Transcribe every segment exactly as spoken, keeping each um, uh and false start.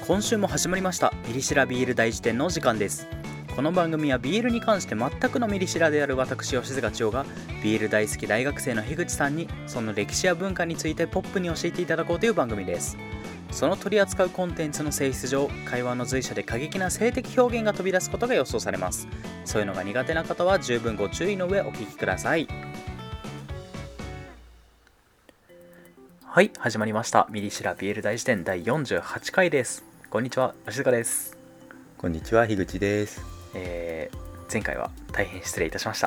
今週も始まりましたミリシラビール大辞典のお時間です。この番組はビールに関して全くのミリシラである私吉塚千代がビール大好き大学生の樋口さんにその歴史や文化についてポップに教えていただこうという番組です。その取り扱うコンテンツの性質上、会話の随所で過激な性的表現が飛び出すことが予想されます。そういうのが苦手な方は十分ご注意の上お聞きください。はい、始まりましたミリシラビール大辞典だいよんじゅうはちかいです。こんにちは、吉塚です。 こんにちは、樋口です。 えー、前回は大変失礼いたしました。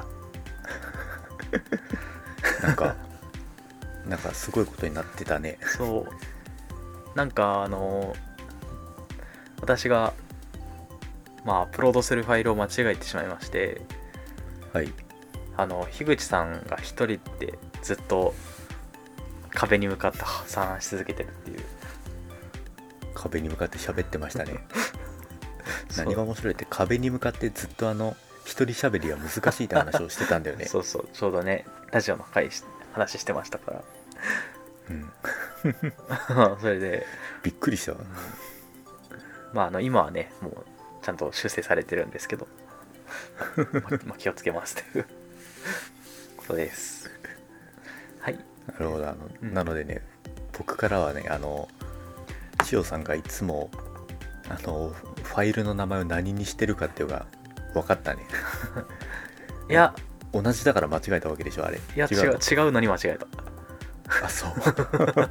なんかなんかすごいことになってたね。 そうなんかあの私がまあアップロードするファイルを間違えてしまいまして、 はい、 あの樋口さんが一人でずっと壁に向かって散乱し続けてるっていう。 壁に向かって喋ってましたね。何が面白いって壁に向かってずっとあの一人喋りは難しいって話をしてたんだよね。 そうそう、ちょうどねラジオの回話してましたから。 うんそれでびっくりした、うん、 まああの今はねもうちゃんと修正されてるんですけどま、まあ、気をつけますということです。はい、 なるほど。あの、 うん、 なのでね、僕からはね、あの千代さんがいつもあのファイルの名前を何にしてるかっていうのが分かったね。 いや同じだから間違えたわけでしょ、あれ。 いや違う違う違うのに間違えた。 あ、そう。はい。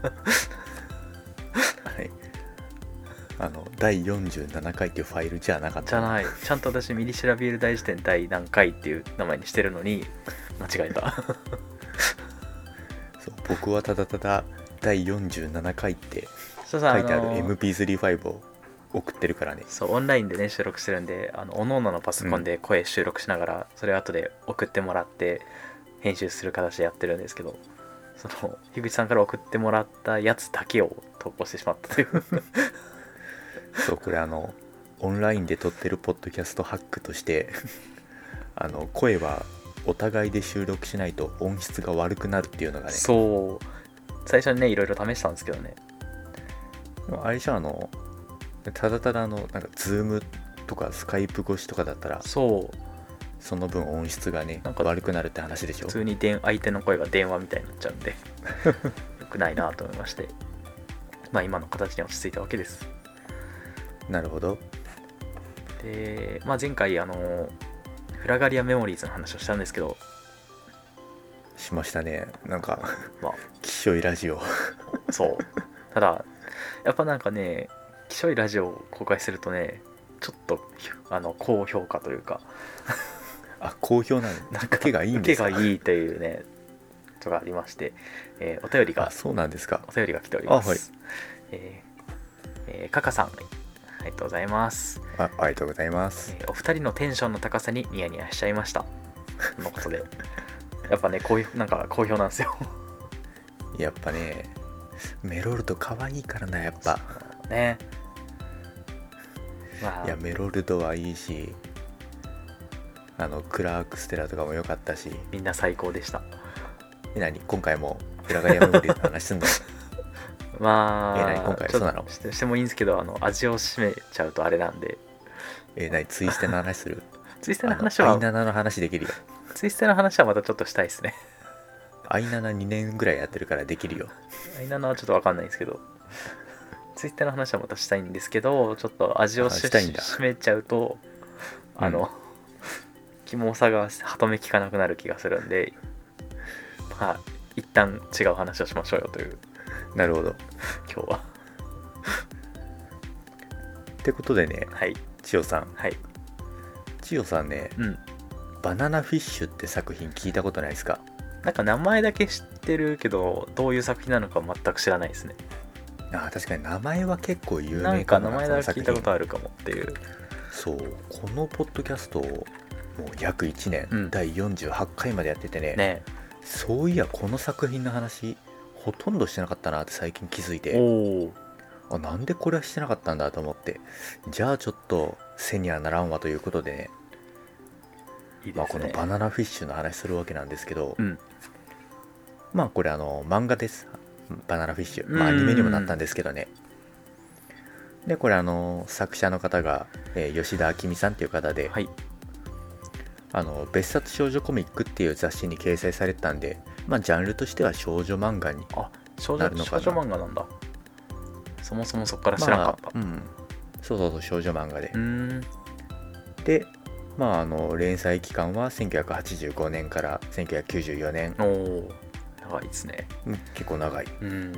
あのだいよんじゅうななかいっていうファイルじゃなかった。 じゃない。ちゃんと私ミリシラビール大辞典第何回っていう名前にしてるのに間違えた。 そう、僕はただただだいよんじゅうななかいって書そうそういてあるあのエムピースリー ファイルを送ってるからね。 そうオンラインでね収録してるんで、あの各々のパソコンで声収録しながら、それを後で送ってもらって編集する形でやってるんですけど、その樋口さんから送ってもらったやつだけを投稿してしまったという。 そう、これあのオンラインで撮ってるポッドキャストハックとしてあの声はお互いで収録しないと音質が悪くなるっていうのがね。 そう最初にねいろいろ試したんですけどね。 あれじゃあのただただあのなんかズームとかスカイプ越しとかだったら、 そうその分音質がねなんか悪くなるって話でしょ。 普通に相手の声が電話みたいになっちゃうんでよくないなと思いまして、まあ今の形に落ち着いたわけです。 なるほど。 で、まあ、前回あのフラガリアメモリーズの話をしたんですけど、 しましたね。なんかまあきしょいラジオ。 そうただやっぱなんかねきしょいラジオを公開するとねちょっとあの高評価というかあ、好評なの。なんか受けがいいんですか。 受けがいいというねことがありまして、えー、お便りがあ、そうなんですか。 お便りが来ております。 あ、はい。 えーえー、カカさんありがとうございます。 あ、ありがとうございます、 えー、お二人のテンションの高さにニヤニヤしちゃいましたのことで、やっぱねこういうなんか好評なんですよ。 やっぱねメロルド可愛いからな、やっぱね。まあ、 いやメロルドはいいし、あのクラークステラとかも良かったし、 みんな最高でした。 え、何今回もフラガリアメモリーズの話すんの？ まあえ、何今回そうなの？ してしてもいいんですけど、あの味を占めちゃうとあれなんで。 え、何ツイステの話する？ ツイステの話はアイナナの話できるよ。 ツイステの話はまたちょっとしたいですね。 アイナナにねんぐらいやってるからできるよ。 アイナナはちょっと分かんないんですけど、ツイステの話はまたしたいんですけど、ちょっと味を占めちゃうとあの、うん、キモさが歯止め効かなくなる気がするんで、まあ一旦違う話をしましょうよという。 なるほど。 今日はってことでね、 はい、 千代さん、 はい、 千代さんね、うん、バナナフィッシュって作品聞いたことないですか？ なんか名前だけ知ってるけどどういう作品なのか全く知らないですね。 あ、確かに名前は結構有名かな。 なんか名前だけ聞いたことあるかもっていう。 そう、このポッドキャストをもう約いちねん、うん、だいよんじゅうはちかいまでやってて ね, ねそういやこの作品の話ほとんどしてなかったなって最近気づいて、 おあ、なんでこれはしてなかったんだと思って、じゃあちょっと背にはならんわということでね、いいですね。まあ、このバナナフィッシュの話するわけなんですけど、うん、まあこれあの漫画です。バナナフィッシュ、まあ、アニメにもなったんですけどね、 でこれあの作者の方が、えー、吉田明美さんっていう方で、 はい、 あの別冊少女コミックっていう雑誌に掲載されてたんで、まあジャンルとしては少女漫画にあ少女なるのかな。 少女漫画なんだ。そもそもそこから知らなかった、 まあ、うん、そうそうそう少女漫画で。 うーんでまああの連載期間はせんきゅうひゃくはちじゅうごねんからせんきゅうひゃくきゅうじゅうよねん。 おお長いですね。 うん、結構長い。 うん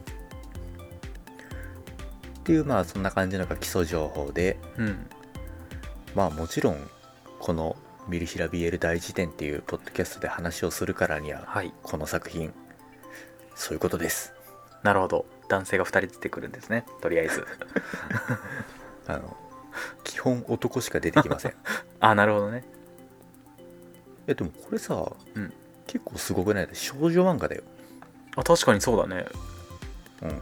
っていうまあそんな感じのが基礎情報で、 うん、 まあもちろんこのミリシラ ビーエル 大辞典っていうポッドキャストで話をするからには、 はい、 この作品そういうことです。 なるほど。男性がふたり出てくるんですね、とりあえずあの基本男しか出てきませんあなるほどね。 えでもこれさ、 うん、 結構すごくない？少女漫画だよ。 あ確かにそうだね。 うん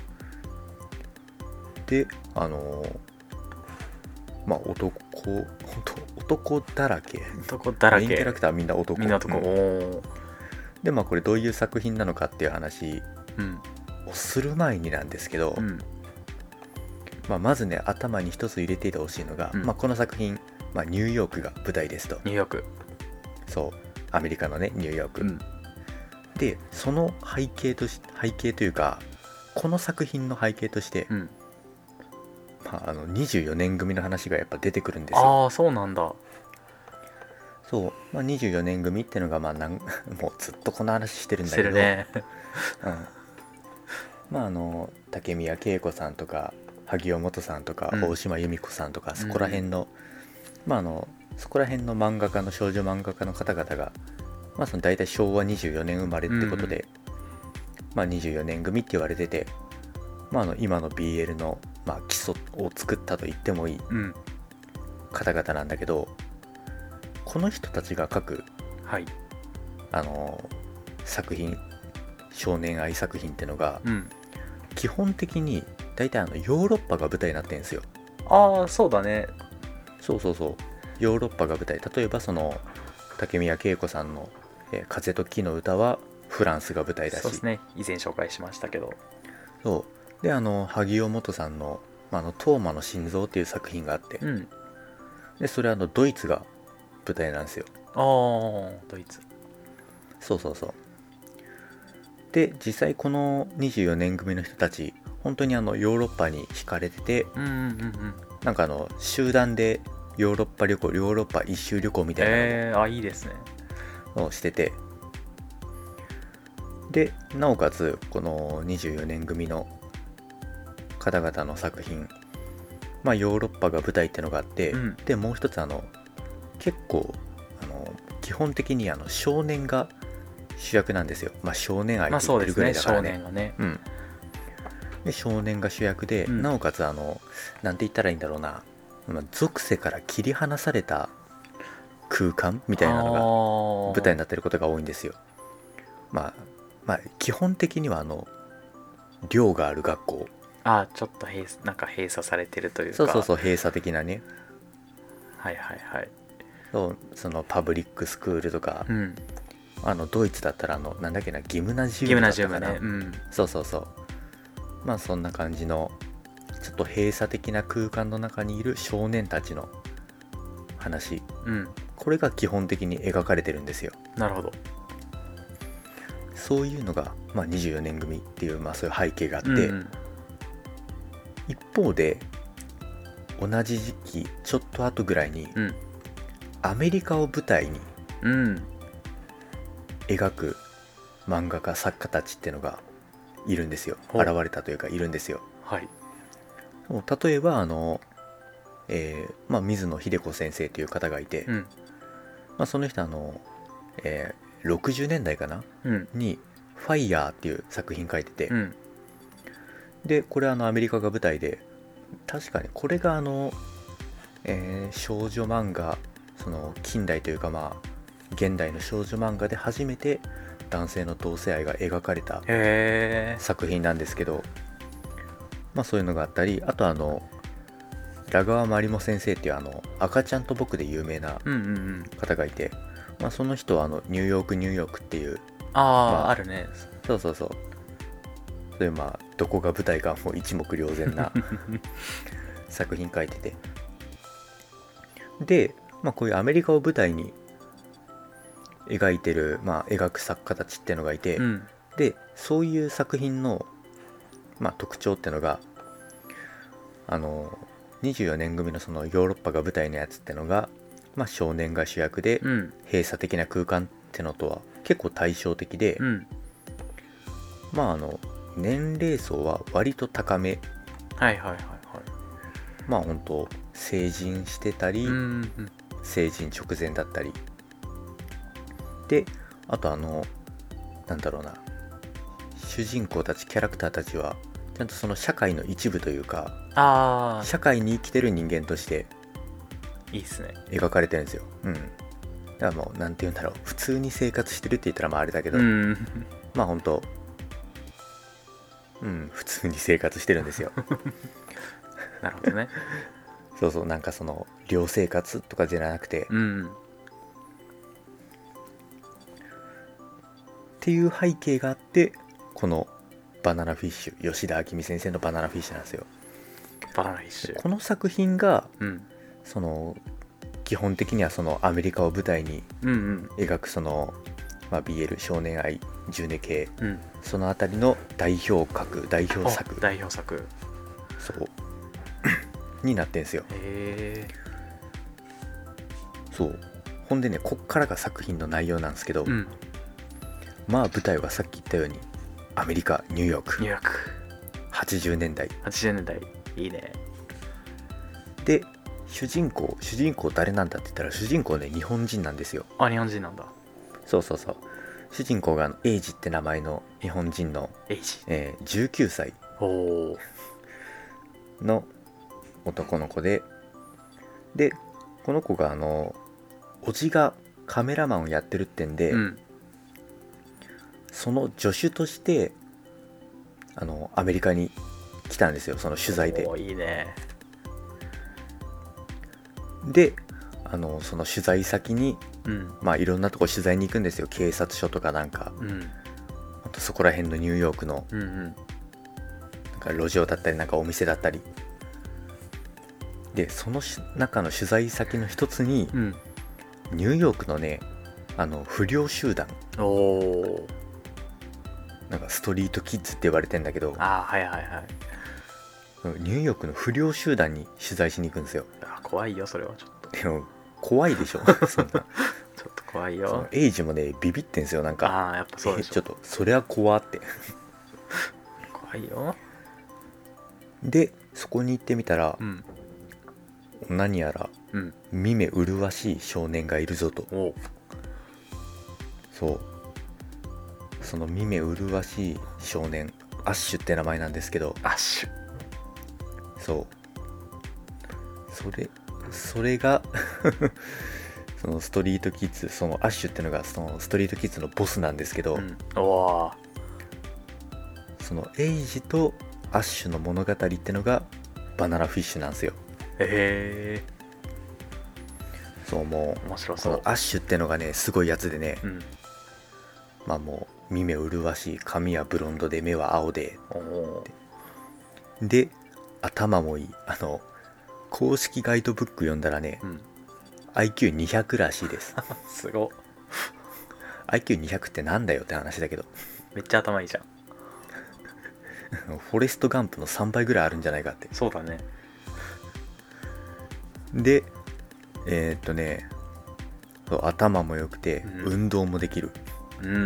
であのー、まあ男男だらけ男だらけメインキャラクターはみんな男みんな男、うん、おでまあこれどういう作品なのかっていう話をする前になんですけど、 うんまあ、まずね頭に一つ入れていてほしいのが、うんまあ、この作品、まあ、ニューヨークが舞台ですと。 ニューヨークそうアメリカのねニューヨーク、うん、でその背景とし背景というかこの作品の背景として、うんまあ、あのにじゅうよねん組の話がやっぱ出てくるんですよ。 ああそうなんだ。 そう、まあ、にじゅうよねん組っていうのがまあなんもうずっとこの話してるんだけど、 ねうん、まああの竹宮恵子さんとか萩尾元さんとか、うん、大島由美子さんとかそこら辺の、うん、まああのそこら辺の漫画家の少女漫画家の方々が、まあ、その大体しょうわにじゅうよねん生まれってことで、うん、まあ、にじゅうよねん組って言われてて、まあ、あの今の ビーエル の、まあ、基礎を作ったと言ってもいい方々なんだけど、この人たちが書く、 はい、 あの作品少年愛作品ってのが、うん、基本的に大体あのヨーロッパが舞台になってるんですよ。 ああそうだね。 そうそうそうヨーロッパが舞台。例えばその竹宮恵子さんの、えー「風と木の歌」はフランスが舞台だし。 そうですね以前紹介しましたけど。 そうであの萩尾元さんの「まあ、あのトーマの心臓」っていう作品があって、うん、でそれはあのドイツが舞台なんですよ。 ああドイツ。 そうそうそうで実際このにじゅうよねん組の人たち本当にあのヨーロッパに惹かれてて、うんうんうんうん、なんかあの集団でヨーロッパ旅行ヨーロッパ一周旅行みたいなのを、 えー、あいいですねをしてて、でなおかつこのにじゅうよねん組の方々の作品、まあヨーロッパが舞台ってのがあって、うん、でもう一つあの結構あの基本的にあの少年が主役なんですよ。まあ少年愛って言ってるぐらいだからね。 まあそうですね、少年がね。 うん。で少年が主役で、うん、なおかつあのなんて言ったらいいんだろうな、まあ、属性から切り離された空間みたいなのが舞台になってることが多いんですよ。まあまあ基本的にはあの寮がある学校。 ああちょっと閉なんか閉鎖されてるというか。 そうそうそう閉鎖的なね。 はいはいはい。 そうそのパブリックスクールとか、うん、あのドイツだったらあのなんだっけなギムナジウムだったかな。ギムナジウムね、うん、そうそうそうまあそんな感じのちょっと閉鎖的な空間の中にいる少年たちの話、うん、これが基本的に描かれてるんですよ。 なるほど。 そういうのが、まあ、にじゅうよねん組っていう、まあ、そういう背景があって、うんうん、一方で同じ時期ちょっと後ぐらいに、うん、アメリカを舞台に描く漫画家作家たちっていうのがいるんですよ。現れたというかいるんですよ。 はい、 例えばあの、えーまあ、水野秀子先生という方がいて、うんまあ、その人あの、えー、ろくじゅうねんだいかな、うん、に「ファイヤー」っていう作品書いてて、うん、でこれはあのアメリカが舞台で確かにこれがあの、えー、少女漫画その近代というかまあ現代の少女漫画で初めて男性の同性愛が描かれた作品なんですけど、まあそういうのがあったり、あとあのラガワマリモ先生っていうあの赤ちゃんと僕で有名な方がいて、うんうんうんまあ、その人はあのニューヨークニューヨークっていうあ、まあ、あるね。 そうそうそうそうでまあどこが舞台かもう一目瞭然な作品書いてて、で、まあ、こういうアメリカを舞台に描いてる、まあ、描く作家たちってのがいて、 うん、 でそういう作品の、まあ、特徴ってのがあのにじゅうよねん組のそのヨーロッパが舞台のやつってのが、まあ、少年が主役で、 うん、 閉鎖的な空間ってのとは結構対照的で、 うん、 まああの年齢層は割と高め、 はいはいはいはい。 まあ本当成人してたり、 うん、 成人直前だったりで、あとあのなんだろうな、主人公たちキャラクターたちはちゃんとその社会の一部というか、 ああ、 社会に生きてる人間としていいっすね。 描かれてるんですよ。うん。だからもうなんて言うんだろう、普通に生活してるって言ったらまああれだけど、 うん、 まあ本当うん普通に生活してるんですよ。 なるほどね。 そうそう、なんかその寮生活とかじゃなくて、 うん、 っていう背景があって、このバナナフィッシュ、吉田明美先生のバナナフィッシュなんですよ。 バナナフィッシュ。 この作品がうん、 その基本的にはそのアメリカを舞台にうん、うん、 描くその、まあ、ビーエル 少年愛ジュネ系、 うん。 そのあたりの代表格代表作、 代表作。 そうになってんすよ。 へえ。 そうほんでね、こっからが作品の内容なんですけど、 うん、 まあ舞台はさっき言ったようにアメリカニューヨークニューヨーク。 はちじゅうねんだいはちじゅうねんだい。いいね。 で、主人公主人公誰なんだって言ったら、主人公ね日本人なんですよ。 あ、日本人なんだ。 そうそうそう、主人公がエイジって名前の日本人の、 エイジ。 えーじゅうきゅうさいおお。 の男の子で、でこの子があのおじがカメラマンをやってるってんで、 うん、 その助手としてあのアメリカに来たんですよ、その取材で。 おー、いいね。 であのその取材先にうん、 まあいろんなとこ取材に行くんですよ。警察署とかなんかうん、 ほんとそこら辺のニューヨークのうん、うん。 なんか路上だったりなんかお店だったりで、そのし中の取材先の一つに、 うん、 ニューヨークのねあの不良集団、 おお。 なんかストリートキッズって言われてんだけど、 あー、はいはいはい。 ニューヨークの不良集団に取材しに行くんですよ。 あ、怖いよ、それはちょっと。 でも怖いでしょそんなちょっと怖いそのよ。 エイジもねビビってんすよ、なんかああ、やっぱそうでしょ。 えちょっとそれは怖って怖いよ。 でそこに行ってみたら、 うん、 何やらうん。 見目麗しい少年がいるぞと。 おそうその見目麗しい少年アッシュって名前なんですけど、 アッシュ。 そうそれそれがそのストリートキッズ、そのアッシュってのがそのストリートキッズのボスなんですけど、 うん、おお。 そのエイジとアッシュの物語ってのがバナナフィッシュなんですよ。 へえ。 そうもう面白そう。 このアッシュってのがねすごいやつでね、 うん。 まあもう見目麗しい、髪はブロンドで目は青で、 おお。 で頭もいい、あの公式ガイドブック読んだらね、 うん。 アイキューにひゃく らしいです。 すご。 アイキューにひゃく ってなんだよって話だけどめっちゃ頭いいじゃん。 フォレストガンプのさんばいぐらいあるんじゃないかって。 そうだね。 でえー、っとねそう頭も良くて、 うん、 運動もできる。 うんうんうん。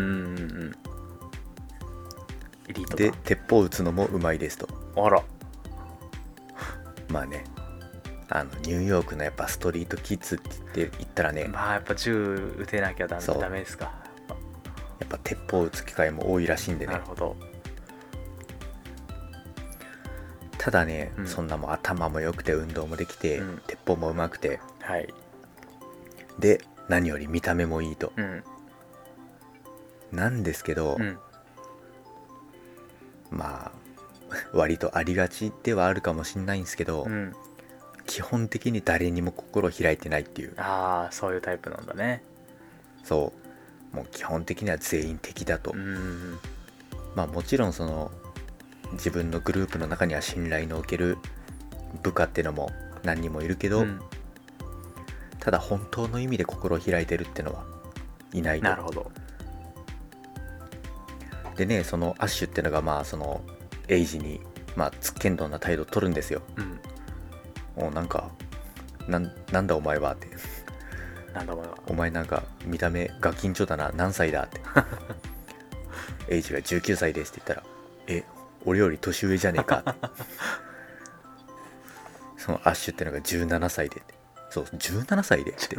エリートだ。 で鉄砲撃つのもうまいですと。 あら。 まあね、あのニューヨークのやっぱストリートキッズって言って言ったらね、 まあやっぱ銃撃てなきゃダメそうダメですか。 やっぱ鉄砲撃つ機会も多いらしいんでね。 なるほど。 ただね、 うん、 そんなもん頭も良くて運動もできて、うん、鉄砲もうまくて、 はい、 で何より見た目もいいと、 うん、 なんですけど、 うん、 まあ割とありがちではあるかもしんないんですけど、うん、基本的に誰にも心を開いてないっていう。 ああ、そういうタイプなんだね。 そうもう基本的には全員敵だと。 うん、 まあもちろんその自分のグループの中には信頼のおける部下っていうのも何人もいるけど、うん、ただ本当の意味で心を開いてるっていうのはいないと。 なるほど。 でね、そのアッシュっていうのがまあそのエイジにまあつっけんどんな態度を取るんですよ、うん、もうなんかな ん, なんだお前はってなんだお前はお前なんか見た目ガキンチョだな、何歳だってエイジがじゅうきゅうさいですって言ったら、え俺より年上じゃねえかってそのアッシュってのがじゅうななさいで、そうじゅうななさいでって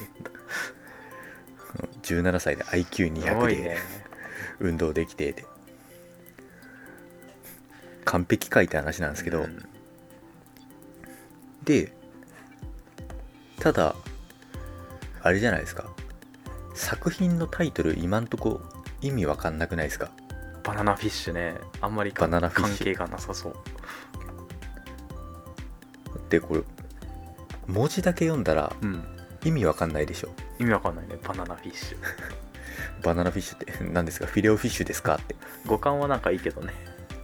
じゅうななさいで アイキューにひゃく で、ね、運動できてて完璧かいって話なんですけど、うん、でただあれじゃないですか、作品のタイトル今んとこ意味わかんなくないですか。 バナナフィッシュね、あんまり関係がなさそう。 でこれ文字だけ読んだら、うん、意味わかんないでしょ。 意味わかんないね。バナナフィッシュバナナフィッシュって何ですか、フィレオフィッシュですかって。 語感はなんかいいけどね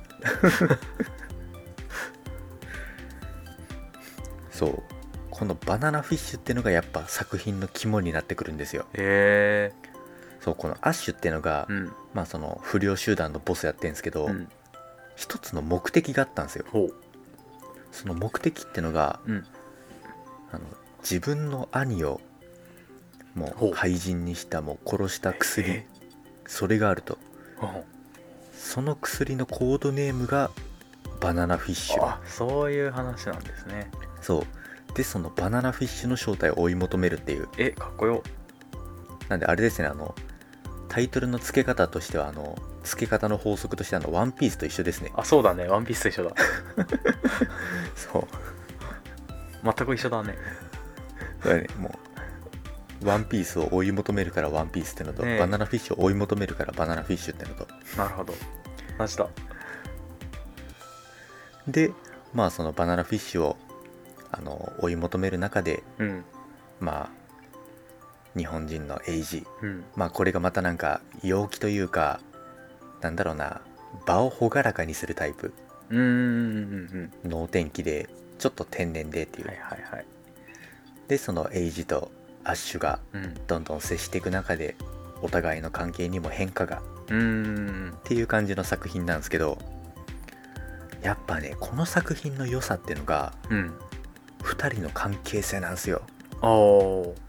そうこのバナナフィッシュってのがやっぱ作品の肝になってくるんですよ。 へえ。 そうこのアッシュってのが、うん、まあその不良集団のボスやってるんですけど、うん、一つの目的があったんですよ。ほう。その目的ってのが、うん、あの自分の兄をもう廃人にしたもう殺した薬、それがあると。その薬のコードネームがバナナフィッシュ。 あ、そういう話なんですね。 そうでそのバナナフィッシュの正体を追い求めるっていう。 え、かっこよ。 なんであれですね、あのタイトルの付け方としてはあの付け方の法則としてあのワンピースと一緒ですね。 あ、そうだね、ワンピースと一緒だそう全く一緒だね。 そうだね、もうワンピースを追い求めるからワンピースってのと、ね、バナナフィッシュを追い求めるからバナナフィッシュってのと。 なるほど、同じだ。 でまあそのバナナフィッシュをあの追い求める中で、うん、まあ日本人のエイジ、うん、まあこれがまたなんか陽気というかなんだろうな、場を朗らかにするタイプ。うーん、能天気でちょっと天然でっていう、はいはいはい、でそのエイジとアッシュがどんどん接していく中で、うん、お互いの関係にも変化がうーんっていう感じの作品なんですけど、やっぱねこの作品の良さっていうのが、うん、ふたりの関係性なんですよ。おー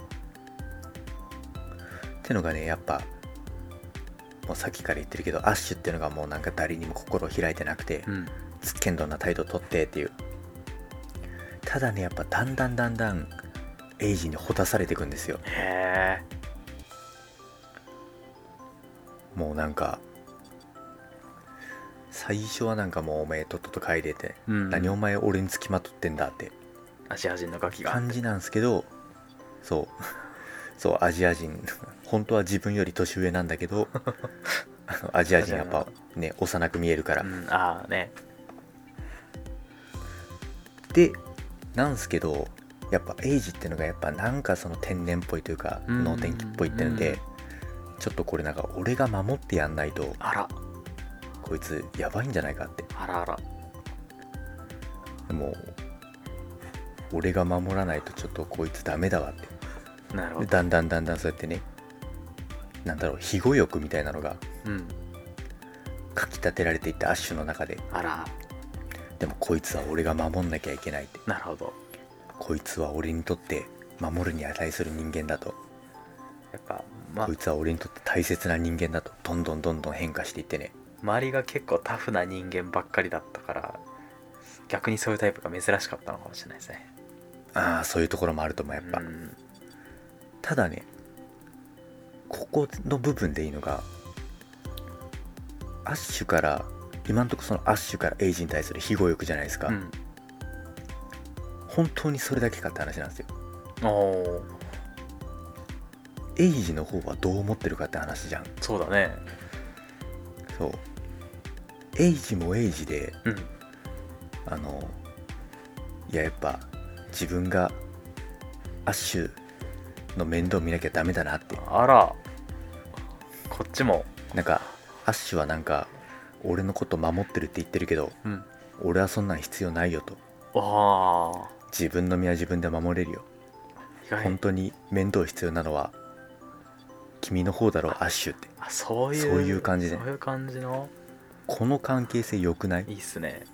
ってのがね、やっぱもうさっきから言ってるけどアッシュっていうのがもうなんか誰にも心を開いてなくて、うん、つっけんどんな態度をとってっていう。ただねやっぱだんだんだんだんエイジにほだされていくんですよ。へー。もうなんか最初はなんかもうお前とっとと帰れて、うん、何お前俺につきまとってんだってアジア人のガキが感じなんですけど、そうそうアジア人本当は自分より年上なんだけどあのアジア人やっぱね幼く見えるから、うん、ああね。でなんすけどやっぱエイジってのがやっぱなんかその天然っぽいというか能天気っぽいってので、ちょっとこれなんか俺が守ってやんないとあらこいつやばいんじゃないかって。あらあら。もう俺が守らないとちょっとこいつダメだわって。なるほど。だんだんだんだんそうやってね、なんだろう庇護欲みたいなのが、うん、かきたてられていったアッシュの中で、あらでもこいつは俺が守んなきゃいけないって。なるほど。こいつは俺にとって守るに値する人間だと、やっぱ、ま、こいつは俺にとって大切な人間だとどんどんどんどん変化していってね。 周りが結構タフな人間ばっかりだったから逆にそういうタイプが珍しかったのかもしれないですね。 ああそういうところもあると思うやっぱ、うん、ただねここの部分でいいのがアッシュから今んとこそのアッシュからエイジに対する庇護欲じゃないですか、うん、本当にそれだけかって話なんですよ。おエイジの方はどう思ってるかって話じゃん。 そうだね。 そうエイジもエイジで、うん、あのいややっぱ自分がアッシュの面倒見なきゃダメだなって。 あらこっちもなんかアッシュはなんか俺のこと守ってるって言ってるけど、 うん、 俺はそんなん必要ないよと。 あ自分の身は自分で守れるよ。本当に面倒必要なのは君の方だろうアッシュって。 あ、そういうそういう感じで、 そういう感じの。 この関係性良くない？ いいっすね。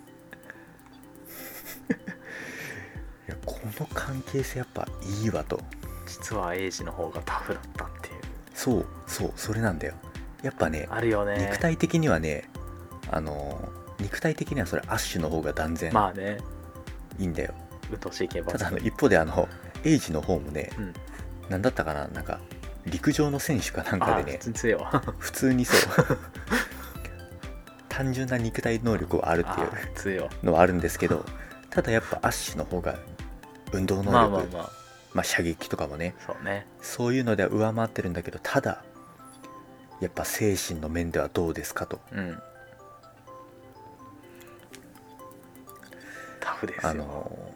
いやこの関係性やっぱいいわと。 実はエイジの方がタフだったっていう。 そうそうそれなんだよ。やっぱね、 あるよね。 肉体的にはね、あの肉体的にはそれアッシュの方が断然まあねいいんだよ。 うっとしいけば。 ただあの一方であのエイジの方もね、 うん、 なんだったかな、なんか陸上の選手かなんかでね、 普通に強いわ普通にそう単純な肉体能力はあるっていうのはあるんですけど、ただやっぱアッシュの方が運動能力、まあまあまあ、まあ射撃とかもね、 そうね、 そういうのでは上回ってるんだけど、ただやっぱ精神の面ではどうですかと。 うん、タフですよ。 あの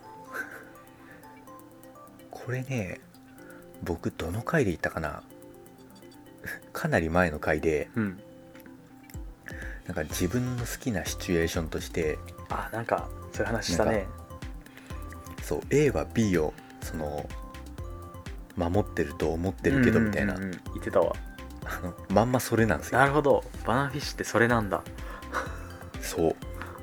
これね、僕どの回で言ったかなかなり前の回で、うん、なんか自分の好きなシチュエーションとして、 あ、なんかそういう話したね。 そう A は B をその守ってると思ってるけどみたいな、うんうんうん、 言ってたわ。 あのまんまそれなんですよ。 なるほど、バナナフィッシュってそれなんだ。 そう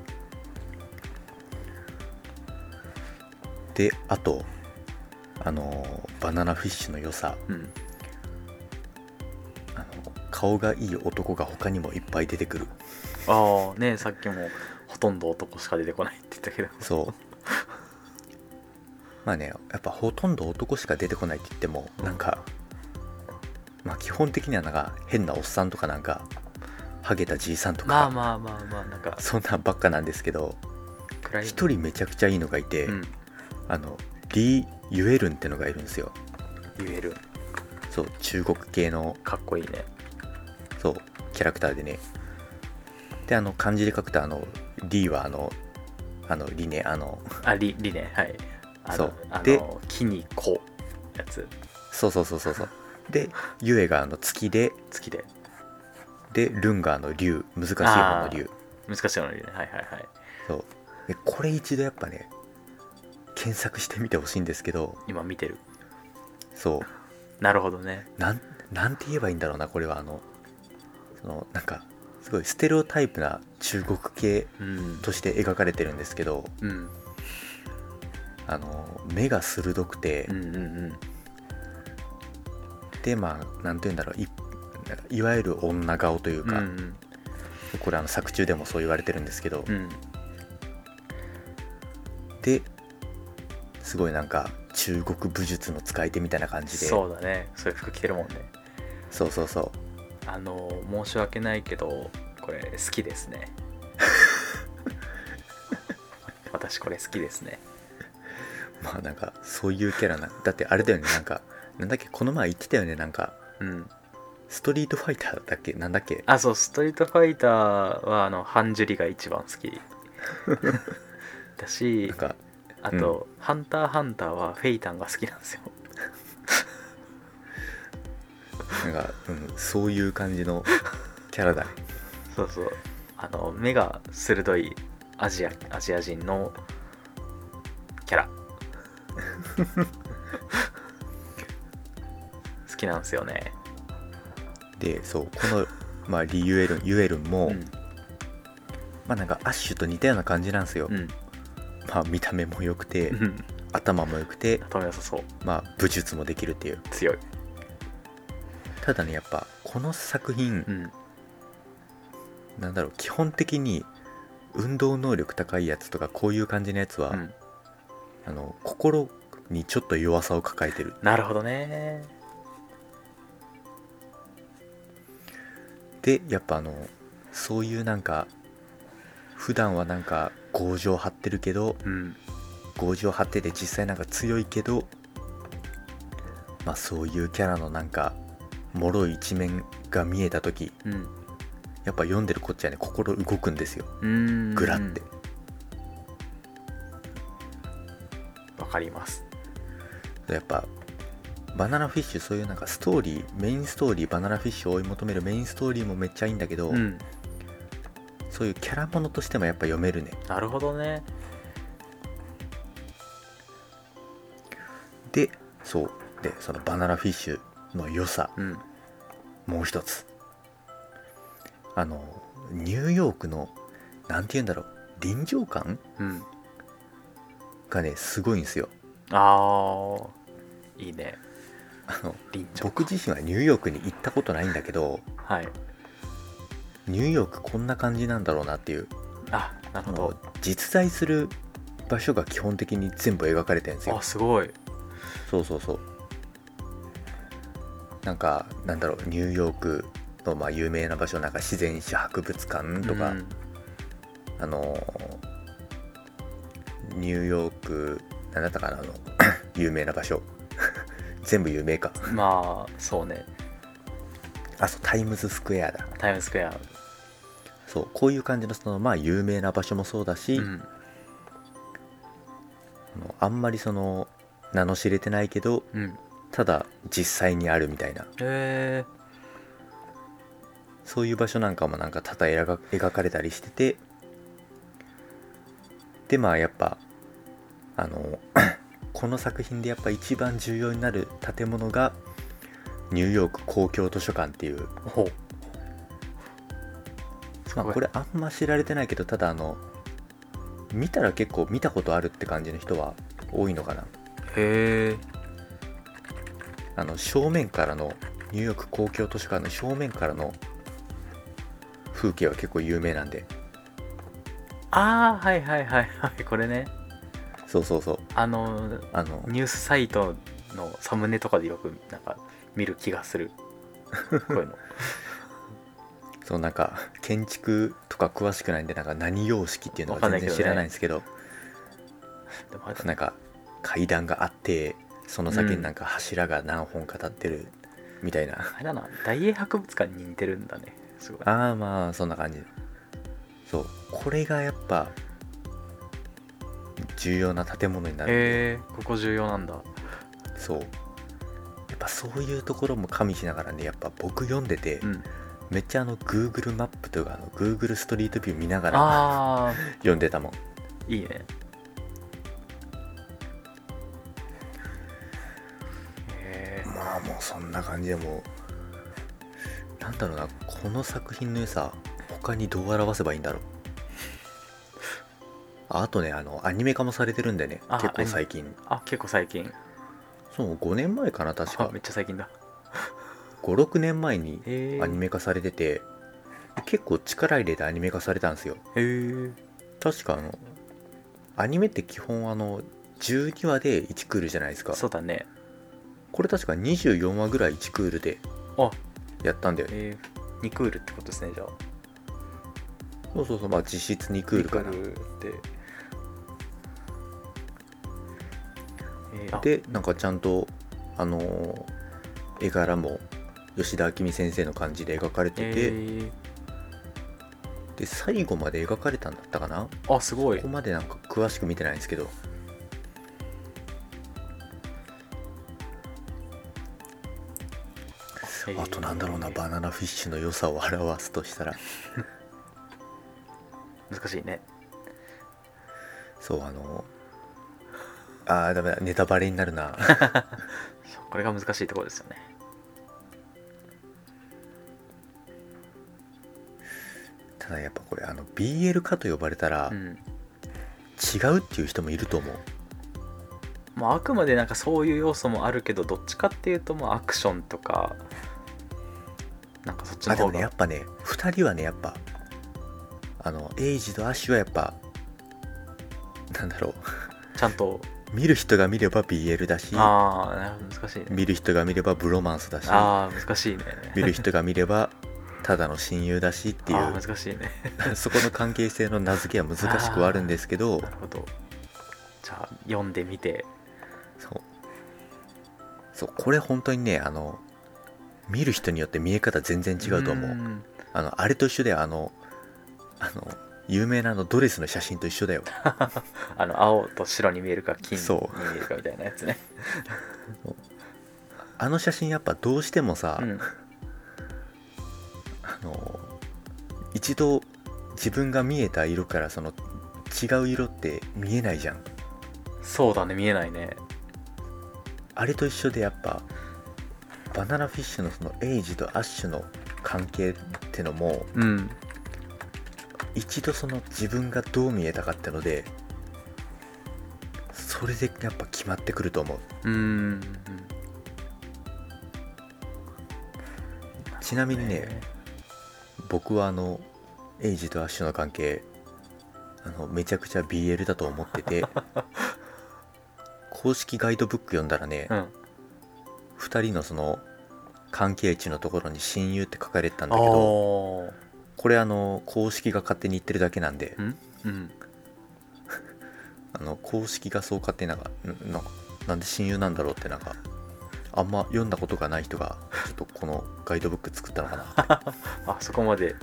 で、あとあのバナナフィッシュの良さ、うん、あの顔がいい男が他にもいっぱい出てくる。 ああね、さっきもほとんど男しか出てこないって言ったけど、 そうまあね、やっぱほとんど男しか出てこないって言っても、うん、なんかまあ基本的にはなんか変なおっさんとかなんかハゲたじいさんとか、 まあまあまあまあなんかそんなんばっかなんですけど、一人めちゃくちゃいいのがいて、うん、あのリー・ユエルンってのがいるんですよ。 ユエルン、 そう中国系のかっこいいね、 そうキャラクターでね。であの漢字で書くとあのリーはあのあのリね、あのあリリね、はい、 そうあので木にこやつ、 そうそうそうそうそうでユエがあの月で月ででルンがあの竜、難しい方の竜、 難しい方の竜ね、はいはいはい。 そうでこれ一度やっぱね検索してみてほしいんですけど、 今見てる。 そうなるほどね。 なんなんて言えばいいんだろうな、これはあのそのなんかすごいステレオタイプな中国系として描かれてるんですけど、うん、あの目が鋭くて、うんうんうん、でまあなんて言うんだろう、 い, いわゆる女顔というか、うんうん、これあの作中でもそう言われてるんですけど、うん、ですごいなんか中国武術の使い手みたいな感じで、 そうだね、そういう服着てるもんね。 そうそうそう、 あの申し訳ないけどこれ好きですね私これ好きですね。 まあなんかそういうキャラな、だってあれだよね、なんかなんだっけ、この前言ってたよね、なんか、うん、ストリートファイターだっけ、なんだっけ、 あ、そう、ストリートファイターはあのハンジュリが一番好きだし、なんかあと、うん、ハンターハンターはフェイタンが好きなんですよなんか、うん、そういう感じのキャラだねそうそう、あの目が鋭いアジアアジア人のキャラ好きなんですよね。 で、そうこの、まあ、リユエルンユエルンも、うん、まあなんかアッシュと似たような感じなんですよ、うん、まあ見た目も良くて、うん、頭も良くて、 頭良さそう、 まあ武術もできるっていう、 強い。 ただね、やっぱこの作品、うん、なんだろう、基本的に運動能力高いやつとかこういう感じのやつは、うん、あの心にちょっと弱さを抱えてる。 なるほどね。 でやっぱあのそういうなんか普段はなんか強情張ってるけど、うん、強情張ってて実際なんか強いけど、まあそういうキャラのなんか脆い一面が見えた時、うん、やっぱ読んでるこっちはね心動くんですよ、グラって。 わかります。 やっぱバナナフィッシュ、そういうなんかストーリー、メインストーリー、バナナフィッシュを追い求めるメインストーリーもめっちゃいいんだけど、うん、 そういうキャラものとしてもやっぱ読めるね。 なるほどね。 でそうでそのバナナフィッシュの良さ、うん、もう一つ、あのニューヨークのなんて言うんだろう、臨場感、うん、がねすごいんですよ。 ああいいね。 あの僕自身はニューヨークに行ったことないんだけど、 はい、 ニューヨークこんな感じなんだろうなっていう。 あ、なるほど。 実在する場所が基本的に全部描かれてるんですよ。 あ、すごい。 そうそうそう。なんかなんだろう、ニューヨークのまあ有名な場所、なんか自然史博物館とか、うん、あのニューヨークなんだったかな、あの有名な場所全部有名か。 まあそうね。 あ、そう、タイムズスクエアだ。 タイムズスクエア。 そう、こういう感じのそのまあ有名な場所もそうだし、うん、あんまりその名の知れてないけど、うん、ただ実際にあるみたいな、 へー、 そういう場所なんかもなんかただ描かれたりしてて、でまあやっぱあのこの作品でやっぱ一番重要になる建物がニューヨーク公共図書館っていう、ほう、まあこれあんま知られてないけど、ただあの見たら結構見たことあるって感じの人は多いのかな。 へえ。 あの正面からのニューヨーク公共図書館の正面からの風景は結構有名なんで。 ああ、はいはいはいはい、これね。 そうそうそう。 あのあのニュースサイトのサムネとかでよくなんか見る気がする。こういうの。 そう、なんか建築とか詳しくないんで、なんか何様式っていうのは全然知らないんですけど、でもなんか階段があって、その先になんか柱が何本か立ってるみたいな、うん、 あれだな、大英博物館に似てるんだね。すごい。 ああ、まあそんな感じ。そう、これがやっぱ重要な建物になるんで。 へえ、ここ重要なんだ。 そう、やっぱそういうところも加味しながらね、やっぱ僕読んでて、うん、めっちゃあの Google マップとかあの Google ストリートビュー見ながら読んでたもん。 いいね。 まあもうそんな感じで、もうなんだろうな、この作品の良さ他にどう表せばいいんだろう。あとね、あのアニメ化もされてるんでね、結構最近。 あ、結構最近。 そうごねんまえかな、確か。 めっちゃ最近だ。 ごろくねんまえにアニメ化されてて、結構力入れてアニメ化されたんですよ。 へー。 確かあのアニメって基本あのじゅうにわでいちクールじゃないですか。 そうだね。 これ確かにじゅうよんわぐらいいちクールでやったんだよね。 えー、にクールってことですね、じゃあ。 そうそうそう、まあ実質にクールかな。 にクールで、 えー、でなんかちゃんとあのー、絵柄も吉田明美先生の感じで描かれてて、えー、で最後まで描かれたんだったかな。 あ、すごい。 ここまでなんか詳しく見てないんですけど、あとなんだろうな、バナナフィッシュの良さを表すとしたら難しいね。 そう、あのあーダメだ、ネタバレになるなこれが難しいところですよね。 ただやっぱこれあの ビーエル 化と呼ばれたら、うん、違うっていう人もいると思う。 まああくまでなんかそういう要素もあるけど、どっちかっていうともうアクションとかなんかそっちの方が。 あでもね、やっぱねふたりはね、やっぱあのエイジとアッシュはやっぱなんだろうちゃんと見る人が見れば ビーエル だし、 あー難しいね。 見る人が見ればブロマンスだし、 あー難しいね。 見る人が見ればただの親友だしっていう、 あー難しいねそこの関係性の名付けは難しくはあるんですけど、 なるほど。じゃあ読んでみて。 そうそう、これ本当にね、あの見る人によって見え方全然違うと思う。うあのあれと一緒で、あのあの有名なあのドレスの写真と一緒だよあの青と白に見えるか金に見えるかみたいなやつねあの写真やっぱどうしてもさ、うん、あの一度自分が見えた色からその違う色って見えないじゃん。 そうだね、見えないね。 あれと一緒でやっぱバナナフィッシュのそのエイジとアッシュの関係ってのも、 うん、 一度その自分がどう見えたかってのでそれでやっぱ決まってくると思う。 うーん、 ちなみにね、僕はあのエイジとアッシュの関係あのめちゃくちゃ ビーエル だと思ってて公式ガイドブック読んだらね、うん、ふたりのその関係値のところに親友って書かれてたんだけど、これあの公式が勝手に言ってるだけなんで、 うんうん、 あの公式がそう勝手になんか な, なんで親友なんだろうってなんかあんま読んだことがない人がちょっとこのガイドブック作ったのかなってあそこまで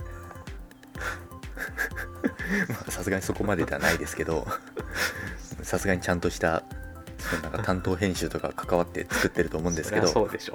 さすがにそこまでではないですけどさすがにちゃんとしたなんか担当編集とか関わって作ってると思うんですけどそうでしょ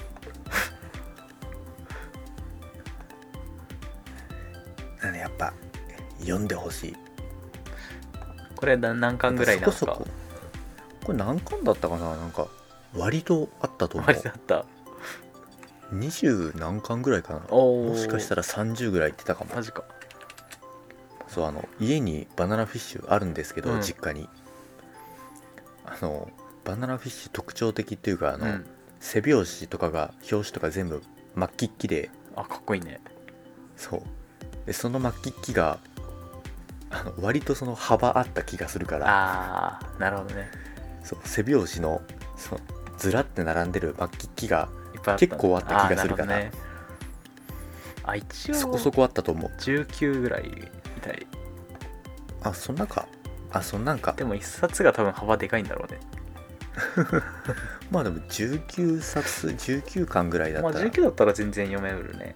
なんでやっぱ読んでほしい。 これ何巻ぐらいなんですか？ そこそここれ何巻だったかな。なんか割とあったと思う。 割とあったにじゅう何巻ぐらいかな。もしかしたらさんじゅうぐらい言ってたかも。 マジか。 そう、あの家にバナナフィッシュあるんですけど、うん、実家にあのバナナフィッシュ特徴的っていうかあの、うん、背表紙とかが表紙とか全部真っ黄っきで、 あ、かっこいいね。 そうでその真っ黄っきがあの割とその幅あった気がするから。 あー、なるほどね。 そう背表紙のそのずらって並んでる真っ黄っきが結構あった気がするから。 ね、あ、一応そこそこあったと思う。 じゅうきゅうぐらいみたい。 あ、そんなんか。あ、そんなんか。 でも一冊が多分幅でかいんだろうねまあでもじゅうきゅうさつじゅうきゅうかんぐらいだったら、 まあじゅうきゅうだったら全然読めるね。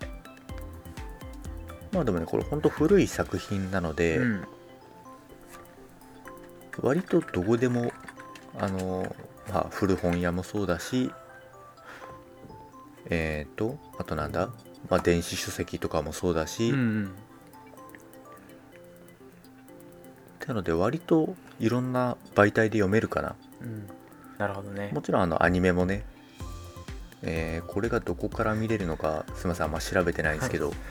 まあでもねこれほんと古い作品なので、うん、割とどこでもあのまあ古本屋もそうだし、えっとあとなんだ、まあ電子書籍とかもそうだし、うんうん、なので割といろんな媒体で読めるかな。 うん、なるほどね。 もちろんあのアニメもね、えー、これがどこから見れるのかすみませんあんま調べてないんですけど、はい、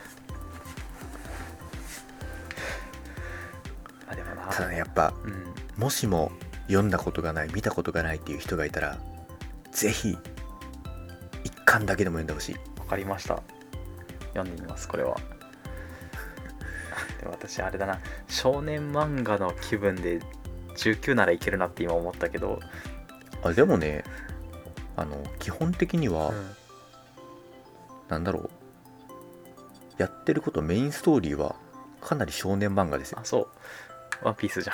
あでもなただねやっぱ、うん、もしも読んだことがない見たことがないっていう人がいたらぜひ一巻だけでも読んでほしい。 わかりました、読んでみますこれは。で私あれだな、少年漫画の気分でじゅうきゅうならいけるなって今思ったけど、 あでもねあの基本的には、うん、なんだろうやってることメインストーリーはかなり少年漫画ですよ。 あ、そうワンピースじゃん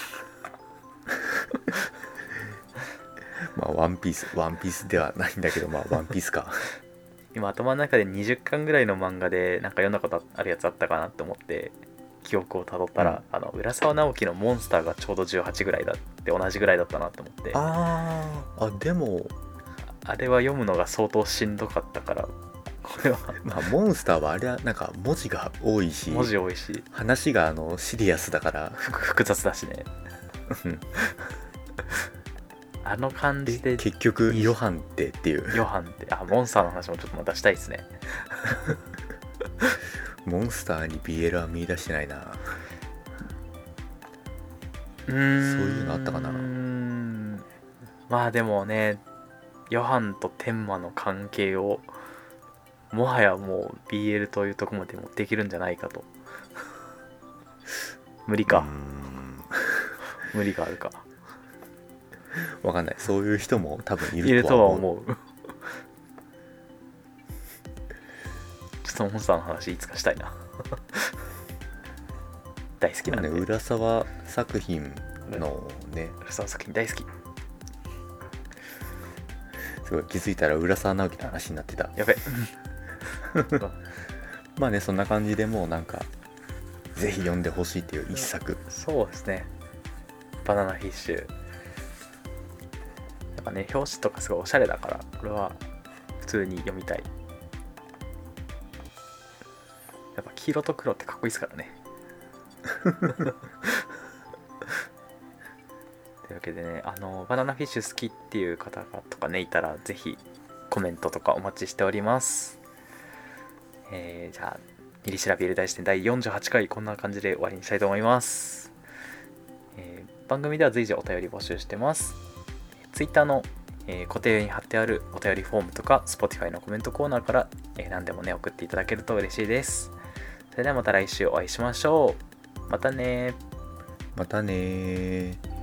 まあワンピースワンピースではないんだけどまあワンピースか今頭の中でにじゅっかんぐらいの漫画でなんか読んだことあるやつあったかなって思って記憶をたどったら、うん、あの浦沢直樹のモンスターがちょうどじゅうはちぐらいだって同じぐらいだったなって思って。 ああでもあれは読むのが相当しんどかったからこれはまあモンスターはあれはなんか文字が多いし文字多いし話があのシリアスだから複雑だしねあの感じで結局ヨハンってっていうヨハンってあモンスターの話もちょっとまたしたいですねモンスターに ビーエル は見出してないな。 うーんそういうのあったかな。 まあでもねヨハンと天馬の関係をもはやもう ビーエル というところまで持っていけるんじゃないかと無理か無理があるかわかんない。そういう人も多分いるとは思う。いるとは思うちょっとモンスターの話いつかしたいな大好きなんで、 ね、浦沢作品のね浦沢作品大好き。 すごい気づいたら浦沢直樹の話になってた。 やべまあねそんな感じでもうなんかぜひ読んでほしいっていう一作。 そうですねバナナフィッシュなんかね表紙とかすごいおしゃれだからこれは普通に読みたい。やっぱ黄色と黒ってかっこいいですからねというわけでね、あのバナナフィッシュ好きっていう方とかねいたらぜひコメントとかお待ちしております。えー、じゃあミリシラビール大視点だいよんじゅうはちかいこんな感じで終わりにしたいと思います。えー、番組では随時お便り募集してます。Twitter の、えー、固定に貼ってあるお便りフォームとか Spotify のコメントコーナーから、えー、何でもね送っていただけると嬉しいです。それではまた来週お会いしましょう。またねまたね